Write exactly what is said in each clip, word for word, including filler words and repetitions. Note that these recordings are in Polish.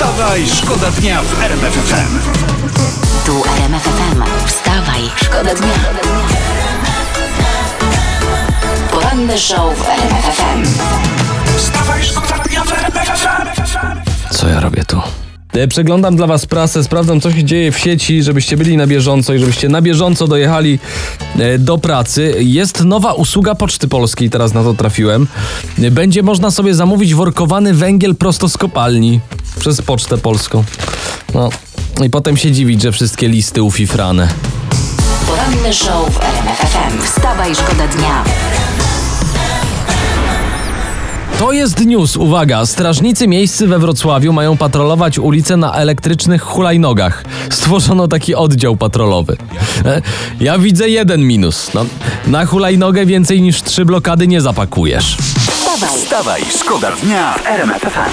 Wstawaj, szkoda dnia w R M F F M. Tu R M F F M. Wstawaj, szkoda dnia. Poranny show w R M F F M. Wstawaj, szkoda dnia w R M F F M. Co ja robię tu? Przeglądam dla was prasę, sprawdzam, co się dzieje w sieci, żebyście byli na bieżąco i żebyście na bieżąco dojechali do pracy. Jest nowa usługa Poczty Polskiej, teraz na to trafiłem. Będzie można sobie zamówić workowany węgiel prosto z kopalni przez Pocztę Polską. No i potem się dziwić, że wszystkie listy ufifrane. Poranny show w R M F F M. Wstawaj, szkoda dnia. To jest news, uwaga, strażnicy miejscy we Wrocławiu mają patrolować ulice na elektrycznych hulajnogach. Stworzono taki oddział patrolowy. Ja widzę jeden minus. No, na hulajnogę więcej niż trzy blokady nie zapakujesz. Wstawaj, Wstawaj, szkoda dnia w R M F F M.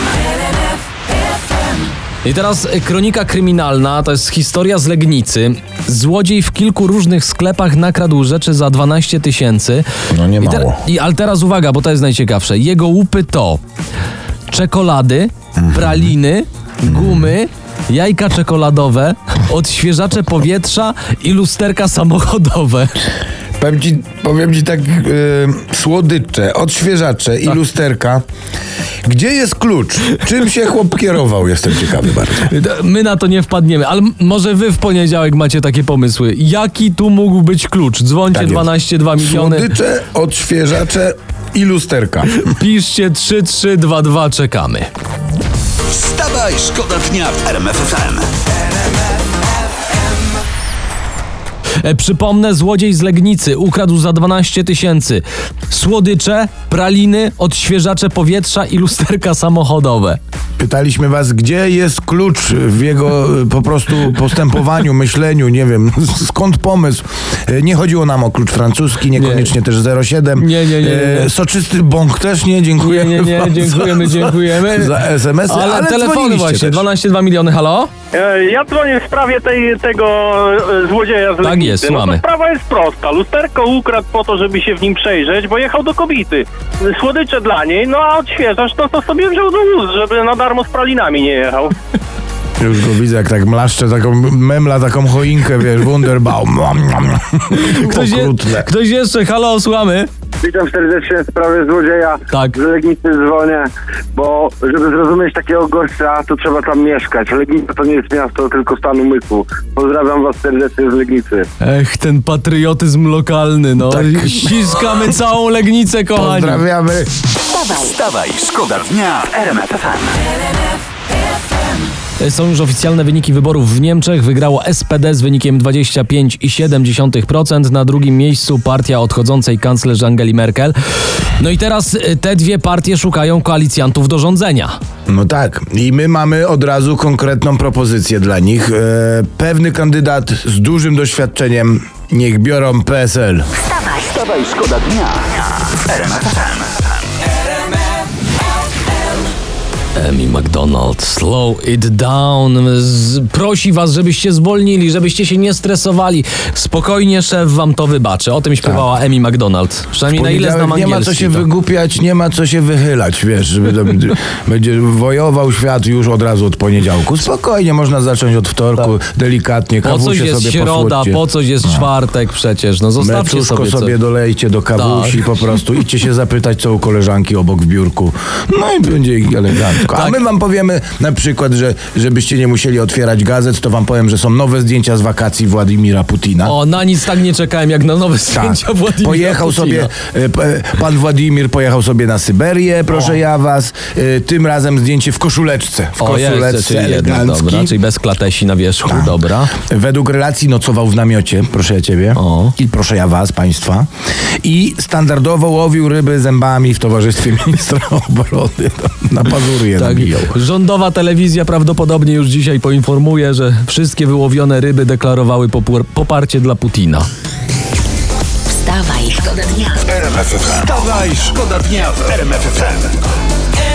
I teraz kronika kryminalna, to jest historia z Legnicy. Złodziej w kilku różnych sklepach nakradł rzeczy za dwanaście tysięcy. No nie I, te, mało. I ale teraz uwaga, bo to jest najciekawsze. Jego łupy to czekolady, praliny, gumy, jajka czekoladowe, odświeżacze powietrza i lusterka samochodowe. Powiem ci, powiem ci tak, yy, słodycze, odświeżacze i lusterka. Gdzie jest klucz? Czym się chłop kierował? Jestem ciekawy bardzo. My na to nie wpadniemy, ale m- może wy w poniedziałek macie takie pomysły. Jaki tu mógł być klucz? Dzwońcie Tak jest. dwanaście dwa miliony. Słodycze, odświeżacze i lusterka. Piszcie trzy trzy dwa dwa, czekamy. Wstawaj, szkoda dnia w R M F F M. E, przypomnę, złodziej z Legnicy ukradł za dwanaście tysięcy słodycze, praliny, odświeżacze powietrza i lusterka samochodowe. Pytaliśmy was, gdzie jest klucz w jego y, po prostu postępowaniu, myśleniu, nie wiem, skąd pomysł. Y, Nie chodziło nam o klucz francuski, niekoniecznie Nie. też zero siedem. Nie, nie, nie, nie. Y, Soczysty bąk też nie, dziękujemy. Nie, nie, nie, wam dziękujemy, za, dziękujemy. Za es em esy, Ale, ale, telefony dzwoniliście właśnie, też. dwanaście dwa miliony, halo? E, Ja dzwonię w sprawie tej, tego e, złodzieja z Tak Legnicy. jest, No słuchamy. to sprawa jest prosta. Lusterko ukradł po to, żeby się w nim przejrzeć, bo jechał do kobiety. Słodycze dla niej, no a odświeżacz to, to sobie wziął do ust, żeby na darmo z pralinami nie jechał. Już go widzę, jak tak mlaszczę, taką memla, taką choinkę, wiesz, Wunderbaum. Ktoś, je, Okrutne. ktoś jeszcze, halo, słuchamy? Witam serdecznie w sprawie złodzieja. Tak. Z Legnicy dzwonię, bo żeby zrozumieć takiego gościa, to trzeba tam mieszkać. Legnica to nie jest miasto, tylko stan umysłu. Pozdrawiam was serdecznie z Legnicy. Ech, ten patriotyzm lokalny, no. Tak. Ściskamy całą Legnicę, kochani. Pozdrawiamy. wstawaj. Wstawaj, szkoda dnia w R M F F M. Są już oficjalne wyniki wyborów w Niemczech. Wygrało S P D z wynikiem dwadzieścia pięć przecinek siedem procent. Na drugim miejscu partia odchodzącej kanclerz Angeli Merkel. No i teraz te dwie partie szukają koalicjantów do rządzenia. No tak, i my mamy od razu konkretną propozycję dla nich. E, pewny kandydat z dużym doświadczeniem, niech biorą P S L. Wstawaj. Wstawaj, szkoda dnia w R M F F M. Amy McDonald, slow it down. Z, prosi was, żebyście zwolnili, żebyście się nie stresowali. Spokojnie, szef wam to wybaczy. O tym śpiewała Amy McDonald. Przynajmniej na ile znam Poniedziałek angielski. nie ma co się to. wygłupiać, nie ma co się wychylać, wiesz, żeby to, będzie wojował świat już od razu od poniedziałku. Spokojnie, można zacząć od wtorku, delikatnie, Po coś kawusie jest sobie środa, posłodźcie. po coś jest czwartek przecież. No zostawcie Meczuszko sobie, sobie, coś. dolejcie do kawusi Tak. po prostu. Idźcie się zapytać, co u koleżanki obok w biurku. No i będzie elegancko. A Tak. my wam powiemy na przykład, że żebyście nie musieli otwierać gazet, to wam powiem, że są nowe zdjęcia z wakacji Władimira Putina. O, na nic tak nie czekałem, jak na nowe zdjęcia Tak. Władimira Pojechał Putina. sobie, e, p- pan Władimir pojechał sobie na Syberię, proszę ja was. E, tym razem zdjęcie w koszuleczce. W O, jest, koszuleczce czyli jednak, elegancki. dobra, czyli bez klatesi na wierzchu, dobra. Według relacji nocował w namiocie, proszę ja ciebie. O. I proszę ja was, państwa. I standardowo łowił ryby zębami w towarzystwie ministra obrony. Na pazury je Tak, nabijał. rządowa telewizja prawdopodobnie już dzisiaj poinformuje, że wszystkie wyłowione ryby deklarowały popór- poparcie dla Putina. Wstawaj, szkoda dnia. R M F F M. Wstawaj, szkoda dnia w R M F F M.